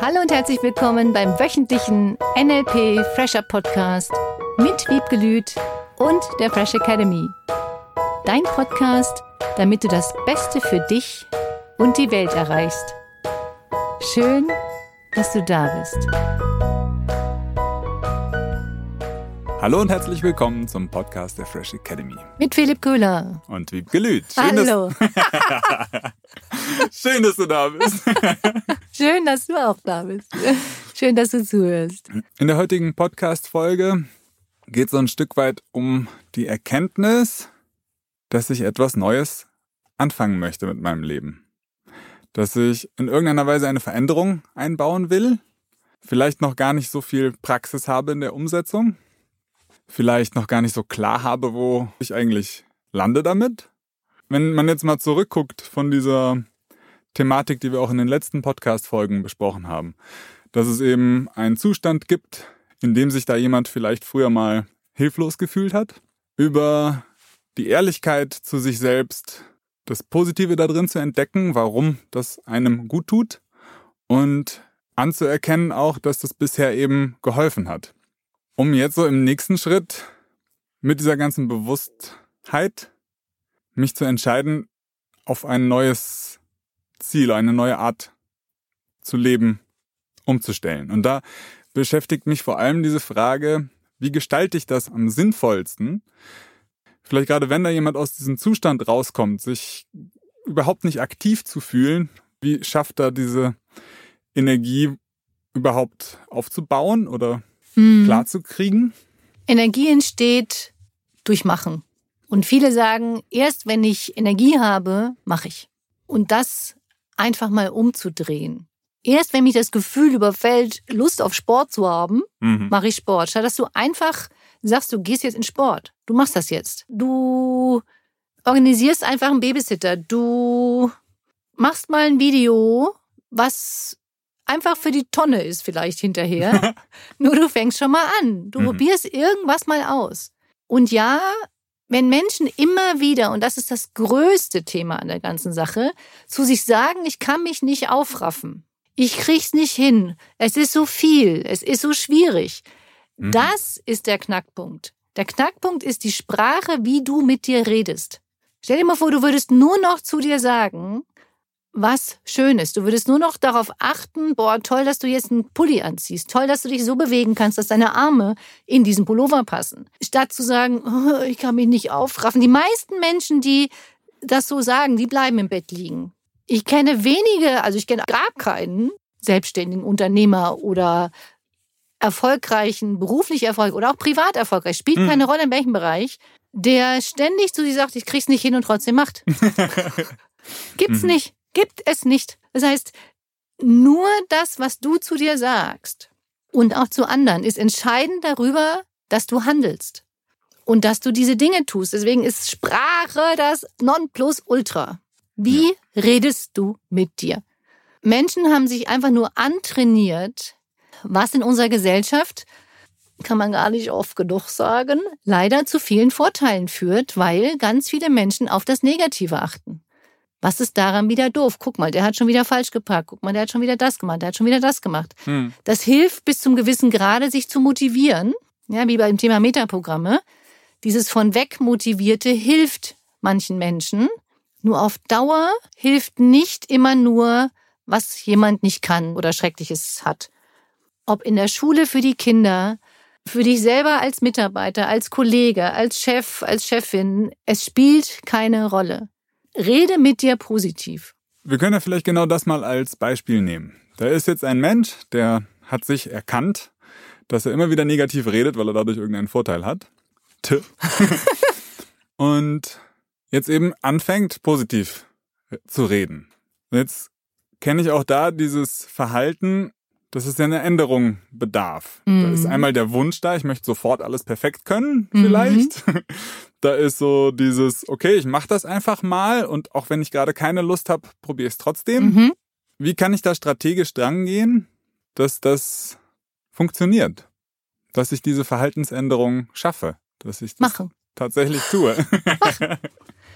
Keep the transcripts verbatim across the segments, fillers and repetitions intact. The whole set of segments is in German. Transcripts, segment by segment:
Hallo und herzlich willkommen beim wöchentlichen N L P Fresher Podcast mit Wiebke Lüth und der Fresh Academy. Dein Podcast, damit du das Beste für dich und die Welt erreichst. Schön, dass du da bist. Hallo und herzlich willkommen zum Podcast der Fresh Academy. Mit Philipp Köhler. Und Wiebke Lüth. Schön, Hallo. Dass Schön, dass du da bist. Schön, dass du auch da bist. Schön, dass du zuhörst. In der heutigen Podcast-Folge geht es so ein Stück weit um die Erkenntnis, dass ich etwas Neues anfangen möchte mit meinem Leben. Dass ich in irgendeiner Weise eine Veränderung einbauen will. Vielleicht noch gar nicht so viel Praxis habe in der Umsetzung. Vielleicht noch gar nicht so klar habe, wo ich eigentlich lande damit. Wenn man jetzt mal zurückguckt von dieser Thematik, die wir auch in den letzten Podcast-Folgen besprochen haben, dass es eben einen Zustand gibt, in dem sich da jemand vielleicht früher mal hilflos gefühlt hat, über die Ehrlichkeit zu sich selbst, das Positive da drin zu entdecken, warum das einem gut tut und anzuerkennen auch, dass das bisher eben geholfen hat. Um jetzt so im nächsten Schritt mit dieser ganzen Bewusstheit mich zu entscheiden, auf ein neues Ziel, eine neue Art zu leben, umzustellen. Und da beschäftigt mich vor allem diese Frage, wie gestalte ich das am sinnvollsten? Vielleicht gerade wenn da jemand aus diesem Zustand rauskommt, sich überhaupt nicht aktiv zu fühlen, wie schafft er diese Energie überhaupt aufzubauen oder klar zu kriegen? Energie entsteht durch Machen. Und viele sagen, erst wenn ich Energie habe, mache ich. Und das einfach mal umzudrehen. Erst wenn mich das Gefühl überfällt, Lust auf Sport zu haben, mhm. mache ich Sport. Statt dass du einfach sagst, du gehst jetzt in Sport. Du machst das jetzt. Du organisierst einfach einen Babysitter. Du machst mal ein Video, was einfach für die Tonne ist vielleicht hinterher. Nur du fängst schon mal an. Du mhm. probierst irgendwas mal aus. Und ja, wenn Menschen immer wieder, und das ist das größte Thema an der ganzen Sache, zu sich sagen, ich kann mich nicht aufraffen. Ich krieg's nicht hin. Es ist so viel. Es ist so schwierig. Mhm. Das ist der Knackpunkt. Der Knackpunkt ist die Sprache, wie du mit dir redest. Stell dir mal vor, du würdest nur noch zu dir sagen, was schön ist. Du würdest nur noch darauf achten, boah, toll, dass du jetzt einen Pulli anziehst. Toll, dass du dich so bewegen kannst, dass deine Arme in diesen Pullover passen. Statt zu sagen, oh, ich kann mich nicht aufraffen. Die meisten Menschen, die das so sagen, die bleiben im Bett liegen. Ich kenne wenige, also ich kenne gar keinen selbstständigen Unternehmer oder erfolgreichen, beruflich erfolgreich oder auch privat erfolgreich, spielt hm. keine Rolle in welchem Bereich, der ständig zu sich sagt, ich krieg's nicht hin und trotzdem macht. Gibt's mhm. nicht. Gibt es nicht. Das heißt, nur das, was du zu dir sagst und auch zu anderen, ist entscheidend darüber, dass du handelst und dass du diese Dinge tust. Deswegen ist Sprache das Nonplusultra. Wie ja. redest du mit dir? Menschen haben sich einfach nur antrainiert, was in unserer Gesellschaft, kann man gar nicht oft genug sagen, leider zu vielen Vorteilen führt, weil ganz viele Menschen auf das Negative achten. Was ist daran wieder doof? Guck mal, der hat schon wieder falsch geparkt. Guck mal, der hat schon wieder das gemacht. Der hat schon wieder das gemacht. Hm. Das hilft bis zum gewissen Grade, sich zu motivieren. Ja, wie beim Thema Metaprogramme. Dieses von weg Motivierte hilft manchen Menschen. Nur auf Dauer hilft nicht immer nur, was jemand nicht kann oder Schreckliches hat. Ob in der Schule für die Kinder, für dich selber als Mitarbeiter, als Kollege, als Chef, als Chefin. Es spielt keine Rolle. Rede mit dir positiv. Wir können ja vielleicht genau das mal als Beispiel nehmen. Da ist jetzt ein Mensch, der hat sich erkannt, dass er immer wieder negativ redet, weil er dadurch irgendeinen Vorteil hat. Und jetzt eben anfängt, positiv zu reden. Jetzt kenne ich auch da dieses Verhalten, dass es ja eine Änderung bedarf. Mhm. Da ist einmal der Wunsch da, ich möchte sofort alles perfekt können, vielleicht. Mhm. Da ist so dieses, okay, ich mache das einfach mal und auch wenn ich gerade keine Lust habe, probiere ich es trotzdem. Mhm. Wie kann ich da strategisch drangehen, dass das funktioniert? Dass ich diese Verhaltensänderung schaffe? Dass ich das Machen. tatsächlich tue? Machen.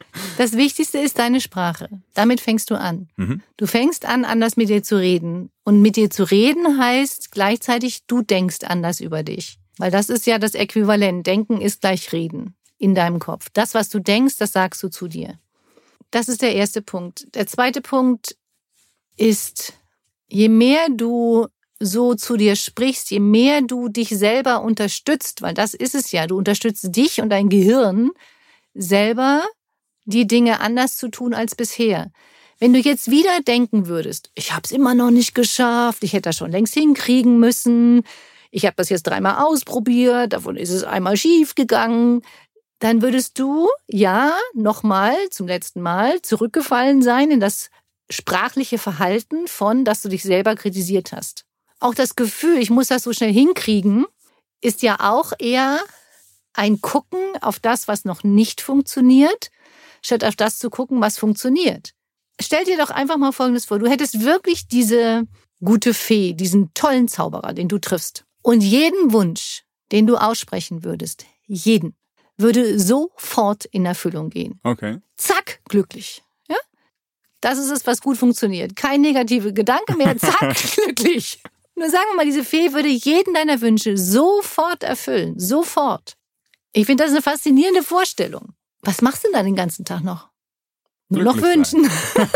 Das Wichtigste ist deine Sprache. Damit fängst du an. Mhm. Du fängst an, anders mit dir zu reden. Und mit dir zu reden heißt gleichzeitig, du denkst anders über dich. Weil das ist ja das Äquivalent. Denken ist gleich Reden in deinem Kopf. Das, was du denkst, das sagst du zu dir. Das ist der erste Punkt. Der zweite Punkt ist, je mehr du so zu dir sprichst, je mehr du dich selber unterstützt, weil das ist es ja, du unterstützt dich und dein Gehirn selber, die Dinge anders zu tun als bisher. Wenn du jetzt wieder denken würdest, ich habe es immer noch nicht geschafft, ich hätte das schon längst hinkriegen müssen, ich habe das jetzt dreimal ausprobiert, davon ist es einmal schief gegangen, dann würdest du, ja, nochmal zum letzten Mal zurückgefallen sein in das sprachliche Verhalten von, dass du dich selber kritisiert hast. Auch das Gefühl, ich muss das so schnell hinkriegen, ist ja auch eher ein Gucken auf das, was noch nicht funktioniert, statt auf das zu gucken, was funktioniert. Stell dir doch einfach mal Folgendes vor. Du hättest wirklich diese gute Fee, diesen tollen Zauberer, den du triffst. Und jeden Wunsch, den du aussprechen würdest, jeden, würde sofort in Erfüllung gehen. Okay. Zack, glücklich. Ja? Das ist es, was gut funktioniert. Kein negativer Gedanke mehr, zack, glücklich. Nur sagen wir mal, diese Fee würde jeden deiner Wünsche sofort erfüllen. Sofort. Ich finde das eine faszinierende Vorstellung. Was machst du denn dann den ganzen Tag noch? Nur noch wünschen.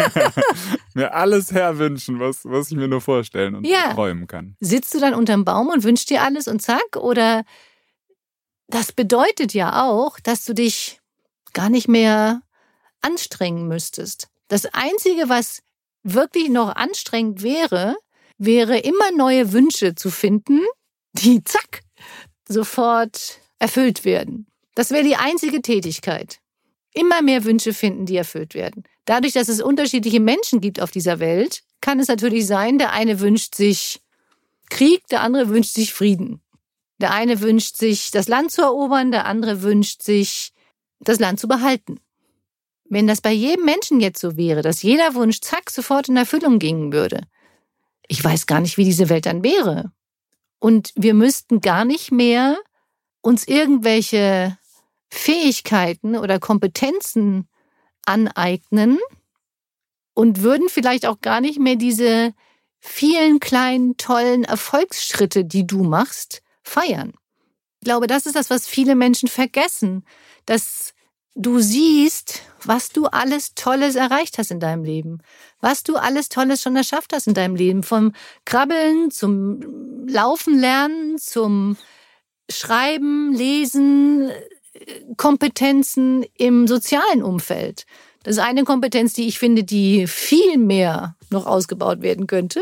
Mir alles herwünschen, was, was ich mir nur vorstellen und ja. träumen kann. Sitzt du dann unterm Baum und wünschst dir alles und zack? Oder das bedeutet ja auch, dass du dich gar nicht mehr anstrengen müsstest. Das Einzige, was wirklich noch anstrengend wäre, wäre immer neue Wünsche zu finden, die zack, sofort erfüllt werden. Das wäre die einzige Tätigkeit. Immer mehr Wünsche finden, die erfüllt werden. Dadurch, dass es unterschiedliche Menschen gibt auf dieser Welt, kann es natürlich sein, der eine wünscht sich Krieg, der andere wünscht sich Frieden. Der eine wünscht sich, das Land zu erobern, der andere wünscht sich, das Land zu behalten. Wenn das bei jedem Menschen jetzt so wäre, dass jeder Wunsch zack sofort in Erfüllung gingen würde, ich weiß gar nicht, wie diese Welt dann wäre. Und wir müssten gar nicht mehr uns irgendwelche Fähigkeiten oder Kompetenzen aneignen und würden vielleicht auch gar nicht mehr diese vielen kleinen, tollen Erfolgsschritte, die du machst, feiern. Ich glaube, das ist das, was viele Menschen vergessen, dass du siehst, was du alles Tolles erreicht hast in deinem Leben, was du alles Tolles schon erschafft hast in deinem Leben, vom Krabbeln zum Laufen lernen, zum Schreiben, Lesen, Kompetenzen im sozialen Umfeld. Das ist eine Kompetenz, die ich finde, die viel mehr noch ausgebaut werden könnte,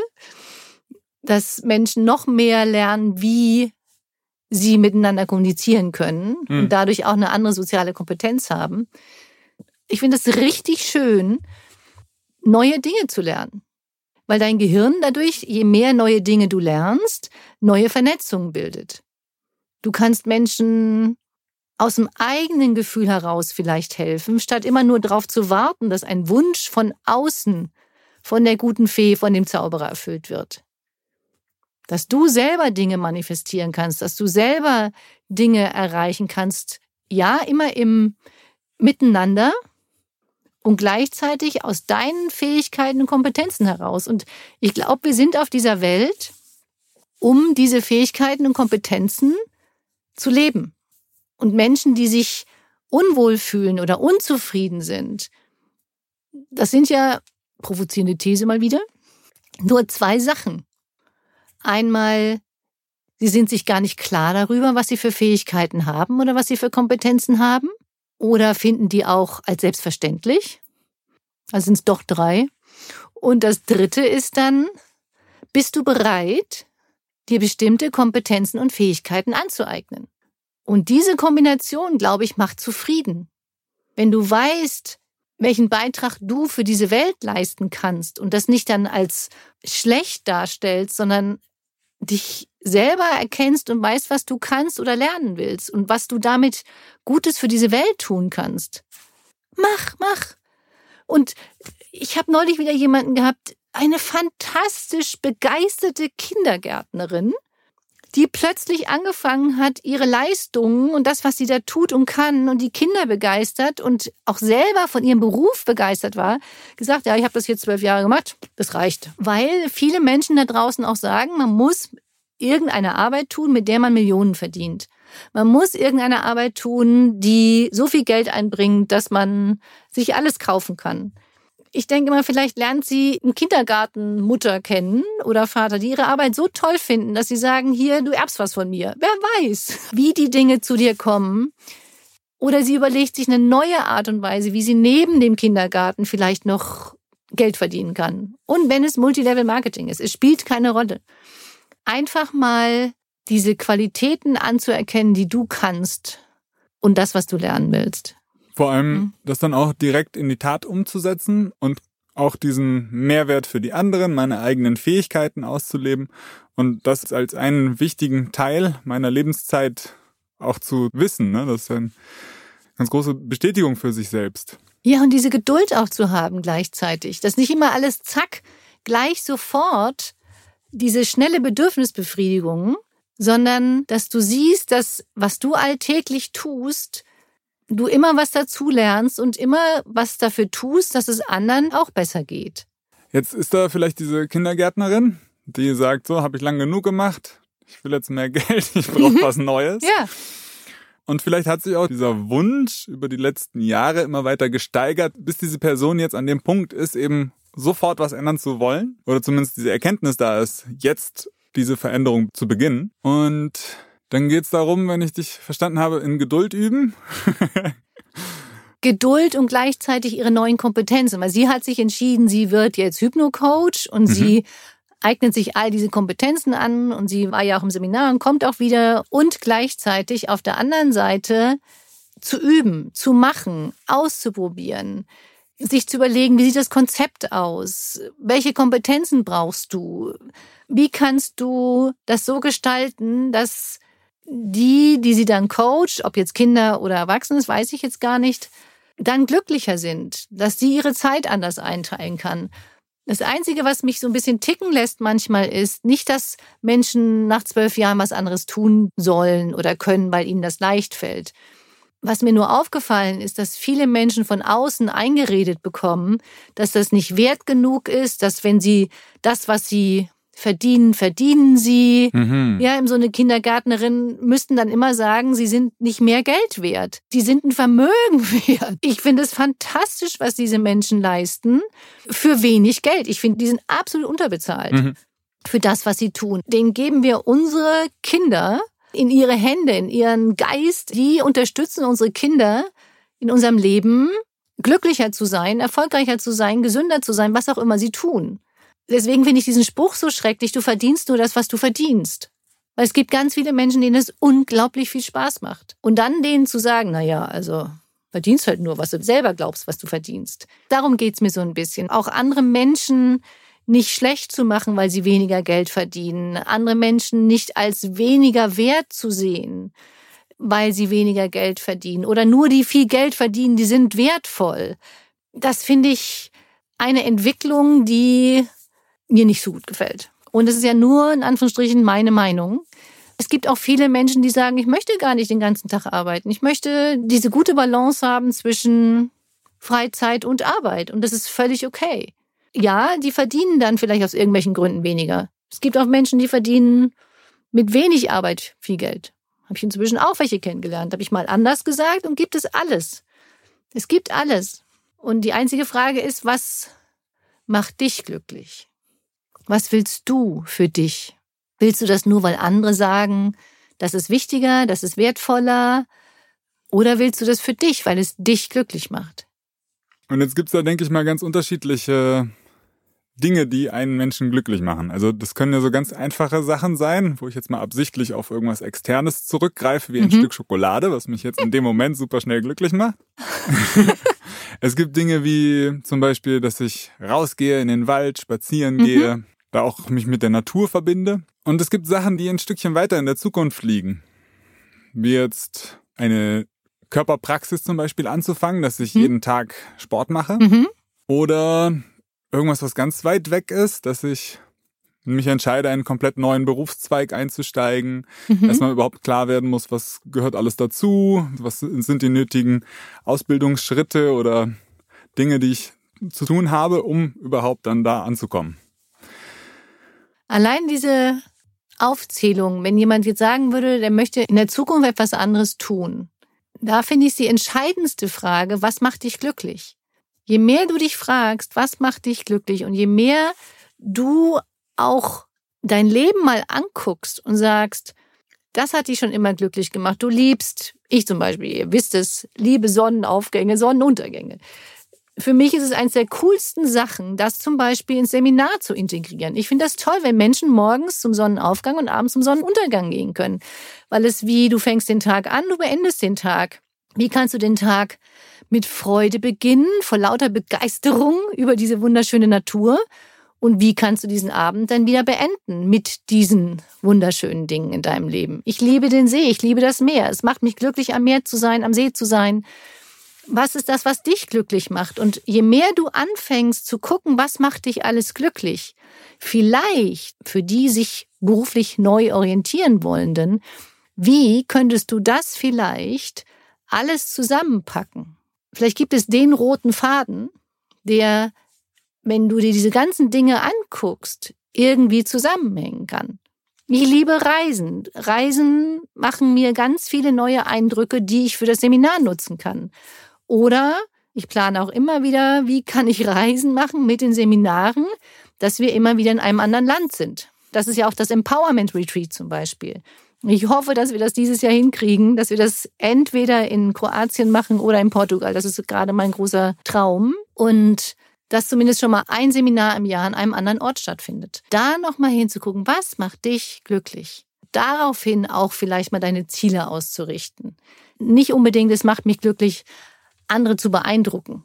dass Menschen noch mehr lernen, wie sie miteinander kommunizieren können mhm. und dadurch auch eine andere soziale Kompetenz haben. Ich finde es richtig schön, neue Dinge zu lernen, weil dein Gehirn dadurch, je mehr neue Dinge du lernst, neue Vernetzungen bildet. Du kannst Menschen aus dem eigenen Gefühl heraus vielleicht helfen, statt immer nur darauf zu warten, dass ein Wunsch von außen, von der guten Fee, von dem Zauberer erfüllt wird. Dass du selber Dinge manifestieren kannst, dass du selber Dinge erreichen kannst, ja, immer im Miteinander und gleichzeitig aus deinen Fähigkeiten und Kompetenzen heraus. Und ich glaube, wir sind auf dieser Welt, um diese Fähigkeiten und Kompetenzen zu leben. Und Menschen, die sich unwohl fühlen oder unzufrieden sind, das sind ja, provozierende These mal wieder, nur zwei Sachen. Einmal, sie sind sich gar nicht klar darüber, was sie für Fähigkeiten haben oder was sie für Kompetenzen haben. Oder finden die auch als selbstverständlich. Also sind es doch drei. Und das dritte ist dann, bist du bereit, dir bestimmte Kompetenzen und Fähigkeiten anzueignen? Und diese Kombination, glaube ich, macht zufrieden. Wenn du weißt, welchen Beitrag du für diese Welt leisten kannst und das nicht dann als schlecht darstellst, sondern dich selber erkennst und weißt, was du kannst oder lernen willst und was du damit Gutes für diese Welt tun kannst. Mach, mach. Und ich habe neulich wieder jemanden gehabt, eine fantastisch begeisterte Kindergärtnerin, die plötzlich angefangen hat, ihre Leistungen und das, was sie da tut und kann und die Kinder begeistert und auch selber von ihrem Beruf begeistert war, gesagt, ja, ich habe das jetzt zwölf Jahre gemacht, das reicht. Weil viele Menschen da draußen auch sagen, man muss irgendeine Arbeit tun, mit der man Millionen verdient. Man muss irgendeine Arbeit tun, die so viel Geld einbringt, dass man sich alles kaufen kann. Ich denke mal, vielleicht lernt sie einen Kindergartenmutter kennen oder Vater, die ihre Arbeit so toll finden, dass sie sagen, hier, du erbst was von mir. Wer weiß, wie die Dinge zu dir kommen. Oder sie überlegt sich eine neue Art und Weise, wie sie neben dem Kindergarten vielleicht noch Geld verdienen kann. Und wenn es Multilevel-Marketing ist, es spielt keine Rolle. Einfach mal diese Qualitäten anzuerkennen, die du kannst und das, was du lernen willst. Vor allem das dann auch direkt in die Tat umzusetzen und auch diesen Mehrwert für die anderen, meine eigenen Fähigkeiten auszuleben und das als einen wichtigen Teil meiner Lebenszeit auch zu wissen. Ne? Das ist eine ganz große Bestätigung für sich selbst. Ja, und diese Geduld auch zu haben gleichzeitig, dass nicht immer alles zack, gleich sofort diese schnelle Bedürfnisbefriedigung, sondern dass du siehst, dass was du alltäglich tust, du immer was dazu lernst und immer was dafür tust, dass es anderen auch besser geht. Jetzt ist da vielleicht diese Kindergärtnerin, die sagt, so, habe ich lang genug gemacht, ich will jetzt mehr Geld, ich brauche was Neues. Ja. Und vielleicht hat sich auch dieser Wunsch über die letzten Jahre immer weiter gesteigert, bis diese Person jetzt an dem Punkt ist, eben sofort was ändern zu wollen. Oder zumindest diese Erkenntnis da ist, jetzt diese Veränderung zu beginnen. Und dann geht's darum, wenn ich dich verstanden habe, in Geduld üben. Geduld und gleichzeitig ihre neuen Kompetenzen. Weil sie hat sich entschieden, sie wird jetzt Hypnocoach und mhm. sie eignet sich all diese Kompetenzen an und sie war ja auch im Seminar und kommt auch wieder. Und gleichzeitig auf der anderen Seite zu üben, zu machen, auszuprobieren, sich zu überlegen, wie sieht das Konzept aus? Welche Kompetenzen brauchst du? Wie kannst du das so gestalten, dass die, die sie dann coacht, ob jetzt Kinder oder Erwachsene, das weiß ich jetzt gar nicht, dann glücklicher sind, dass sie ihre Zeit anders einteilen kann. Das Einzige, was mich so ein bisschen ticken lässt manchmal ist, nicht, dass Menschen nach zwölf Jahren was anderes tun sollen oder können, weil ihnen das leicht fällt. Was mir nur aufgefallen ist, dass viele Menschen von außen eingeredet bekommen, dass das nicht wert genug ist, dass wenn sie das, was sie verdienen, verdienen sie. Mhm. Ja, so eine Kindergärtnerin müssten dann immer sagen, sie sind nicht mehr Geld wert. Die sind ein Vermögen wert. Ich finde es fantastisch, was diese Menschen leisten für wenig Geld. Ich finde, die sind absolut unterbezahlt mhm. für das, was sie tun. Denen geben wir unsere Kinder in ihre Hände, in ihren Geist. Die unterstützen unsere Kinder in unserem Leben, glücklicher zu sein, erfolgreicher zu sein, gesünder zu sein, was auch immer sie tun. Deswegen finde ich diesen Spruch so schrecklich, du verdienst nur das, was du verdienst. Weil es gibt ganz viele Menschen, denen es unglaublich viel Spaß macht. Und dann denen zu sagen, naja, also verdienst halt nur, was du selber glaubst, was du verdienst. Darum geht's mir so ein bisschen. Auch andere Menschen nicht schlecht zu machen, weil sie weniger Geld verdienen. Andere Menschen nicht als weniger wert zu sehen, weil sie weniger Geld verdienen. Oder nur die viel Geld verdienen, die sind wertvoll. Das finde ich eine Entwicklung, die mir nicht so gut gefällt. Und es ist ja nur, in Anführungsstrichen, meine Meinung. Es gibt auch viele Menschen, die sagen, ich möchte gar nicht den ganzen Tag arbeiten. Ich möchte diese gute Balance haben zwischen Freizeit und Arbeit. Und das ist völlig okay. Ja, die verdienen dann vielleicht aus irgendwelchen Gründen weniger. Es gibt auch Menschen, die verdienen mit wenig Arbeit viel Geld. Habe ich inzwischen auch welche kennengelernt. Habe ich mal anders gesagt und gibt es alles. Es gibt alles. Und die einzige Frage ist, was macht dich glücklich? Was willst du für dich? Willst du das nur, weil andere sagen, das ist wichtiger, das ist wertvoller? Oder willst du das für dich, weil es dich glücklich macht? Und jetzt gibt's da, denke ich mal, ganz unterschiedliche Dinge, die einen Menschen glücklich machen. Also das können ja so ganz einfache Sachen sein, wo ich jetzt mal absichtlich auf irgendwas Externes zurückgreife, wie ein mhm. Stück Schokolade, was mich jetzt in dem Moment super schnell glücklich macht. Es gibt Dinge wie zum Beispiel, dass ich rausgehe in den Wald, spazieren mhm. gehe, da auch mich mit der Natur verbinde. Und es gibt Sachen, die ein Stückchen weiter in der Zukunft liegen. Wie jetzt eine Körperpraxis zum Beispiel anzufangen, dass ich mhm. jeden Tag Sport mache. Mhm. Oder irgendwas, was ganz weit weg ist, dass ich mich entscheide, einen komplett neuen Berufszweig einzusteigen, Mhm. erstmal überhaupt klar werden muss, was gehört alles dazu, was sind die nötigen Ausbildungsschritte oder Dinge, die ich zu tun habe, um überhaupt dann da anzukommen. Allein diese Aufzählung, wenn jemand jetzt sagen würde, der möchte in der Zukunft etwas anderes tun, da finde ich die entscheidendste Frage, was macht dich glücklich? Je mehr du dich fragst, was macht dich glücklich, und je mehr du auch dein Leben mal anguckst und sagst, das hat dich schon immer glücklich gemacht. Du liebst, ich zum Beispiel, ihr wisst es, liebe Sonnenaufgänge, Sonnenuntergänge. Für mich ist es eines der coolsten Sachen, das zum Beispiel ins Seminar zu integrieren. Ich finde das toll, wenn Menschen morgens zum Sonnenaufgang und abends zum Sonnenuntergang gehen können. Weil es wie, du fängst den Tag an, du beendest den Tag. Wie kannst du den Tag mit Freude beginnen, vor lauter Begeisterung über diese wunderschöne Natur? Und wie kannst du diesen Abend dann wieder beenden mit diesen wunderschönen Dingen in deinem Leben? Ich liebe den See, ich liebe das Meer. Es macht mich glücklich, am Meer zu sein, am See zu sein. Was ist das, was dich glücklich macht? Und je mehr du anfängst zu gucken, was macht dich alles glücklich, vielleicht für die sich beruflich neu orientieren wollenden, wie könntest du das vielleicht alles zusammenpacken? Vielleicht gibt es den roten Faden, der, wenn du dir diese ganzen Dinge anguckst, irgendwie zusammenhängen kann. Ich liebe Reisen. Reisen machen mir ganz viele neue Eindrücke, die ich für das Seminar nutzen kann. Oder ich plane auch immer wieder, wie kann ich Reisen machen mit den Seminaren, dass wir immer wieder in einem anderen Land sind. Das ist ja auch das Empowerment Retreat zum Beispiel. Ich hoffe, dass wir das dieses Jahr hinkriegen, dass wir das entweder in Kroatien machen oder in Portugal. Das ist gerade mein großer Traum. Und dass zumindest schon mal ein Seminar im Jahr an einem anderen Ort stattfindet. Da nochmal hinzugucken, was macht dich glücklich? Daraufhin auch vielleicht mal deine Ziele auszurichten. Nicht unbedingt, es macht mich glücklich, andere zu beeindrucken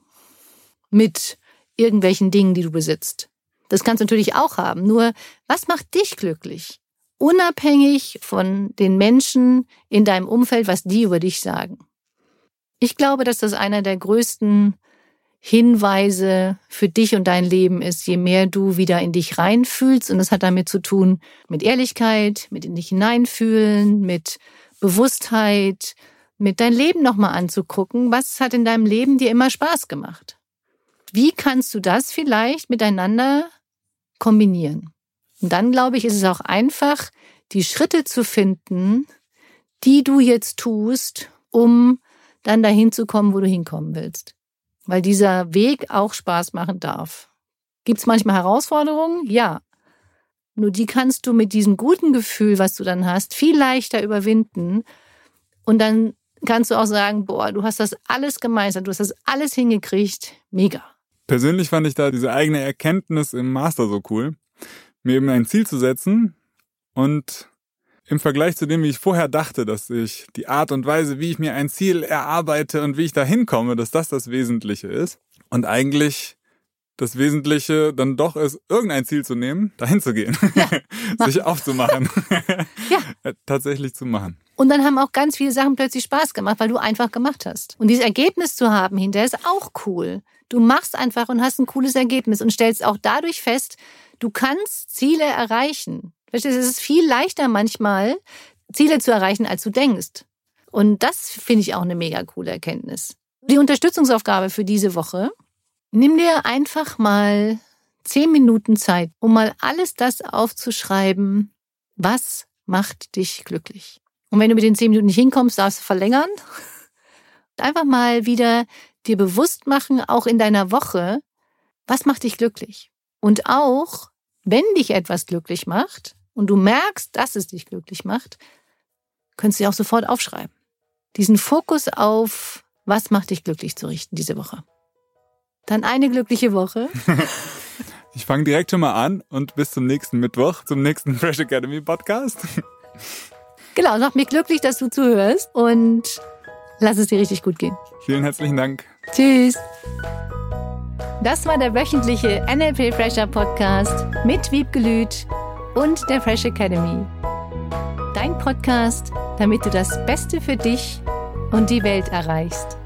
mit irgendwelchen Dingen, die du besitzt. Das kannst du natürlich auch haben. Nur, was macht dich glücklich? Unabhängig von den Menschen in deinem Umfeld, was die über dich sagen. Ich glaube, dass das einer der größten Hinweise für dich und dein Leben ist, je mehr du wieder in dich reinfühlst. Und das hat damit zu tun mit Ehrlichkeit, mit in dich hineinfühlen, mit Bewusstheit, mit dein Leben nochmal anzugucken. Was hat in deinem Leben dir immer Spaß gemacht? Wie kannst du das vielleicht miteinander kombinieren? Und dann, glaube ich, ist es auch einfach, die Schritte zu finden, die du jetzt tust, um dann dahin zu kommen, wo du hinkommen willst. Weil dieser Weg auch Spaß machen darf. Gibt es manchmal Herausforderungen? Ja. Nur die kannst du mit diesem guten Gefühl, was du dann hast, viel leichter überwinden. Und dann kannst du auch sagen, boah, du hast das alles gemeistert, du hast das alles hingekriegt. Mega. Persönlich fand ich da diese eigene Erkenntnis im Master so cool, mir eben ein Ziel zu setzen und im Vergleich zu dem, wie ich vorher dachte, dass ich die Art und Weise, wie ich mir ein Ziel erarbeite und wie ich da hinkomme, dass das das Wesentliche ist. Und eigentlich das Wesentliche dann doch ist, irgendein Ziel zu nehmen, dahin zu gehen, ja, sich aufzumachen, ja. tatsächlich zu machen. Und dann haben auch ganz viele Sachen plötzlich Spaß gemacht, weil du einfach gemacht hast. Und dieses Ergebnis zu haben hinterher ist auch cool. Du machst einfach und hast ein cooles Ergebnis und stellst auch dadurch fest, du kannst Ziele erreichen. Verstehst du, es ist viel leichter manchmal, Ziele zu erreichen, als du denkst. Und das finde ich auch eine mega coole Erkenntnis. Die Unterstützungsaufgabe für diese Woche: Nimm dir einfach mal zehn Minuten Zeit, um mal alles das aufzuschreiben, was macht dich glücklich. Und wenn du mit den zehn Minuten nicht hinkommst, darfst du verlängern. Einfach mal wieder dir bewusst machen, auch in deiner Woche, was macht dich glücklich. Und auch, wenn dich etwas glücklich macht und du merkst, dass es dich glücklich macht, könntest du dir auch sofort aufschreiben. Diesen Fokus auf, was macht dich glücklich zu richten diese Woche. Dann eine glückliche Woche. Ich fange direkt schon mal an und bis zum nächsten Mittwoch, zum nächsten Fresh Academy Podcast. Genau, es macht mich glücklich, dass du zuhörst und lass es dir richtig gut gehen. Vielen herzlichen Dank. Tschüss. Das war der wöchentliche N L P Fresher Podcast mit Wiebke Lüth und der Fresh Academy. Dein Podcast, damit du das Beste für dich und die Welt erreichst.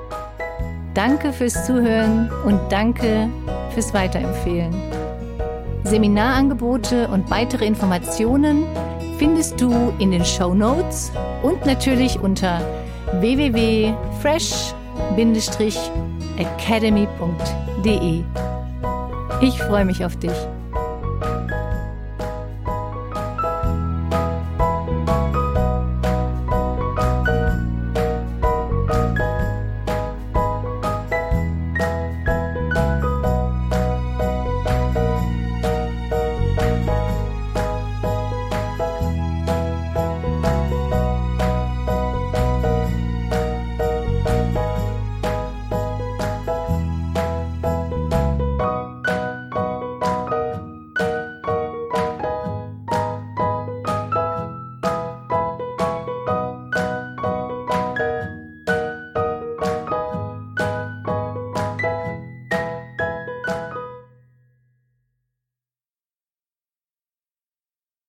Danke fürs Zuhören und danke fürs Weiterempfehlen. Seminarangebote und weitere Informationen findest du in den Shownotes und natürlich unter w w w punkt fresh academy punkt d e. Ich freue mich auf dich.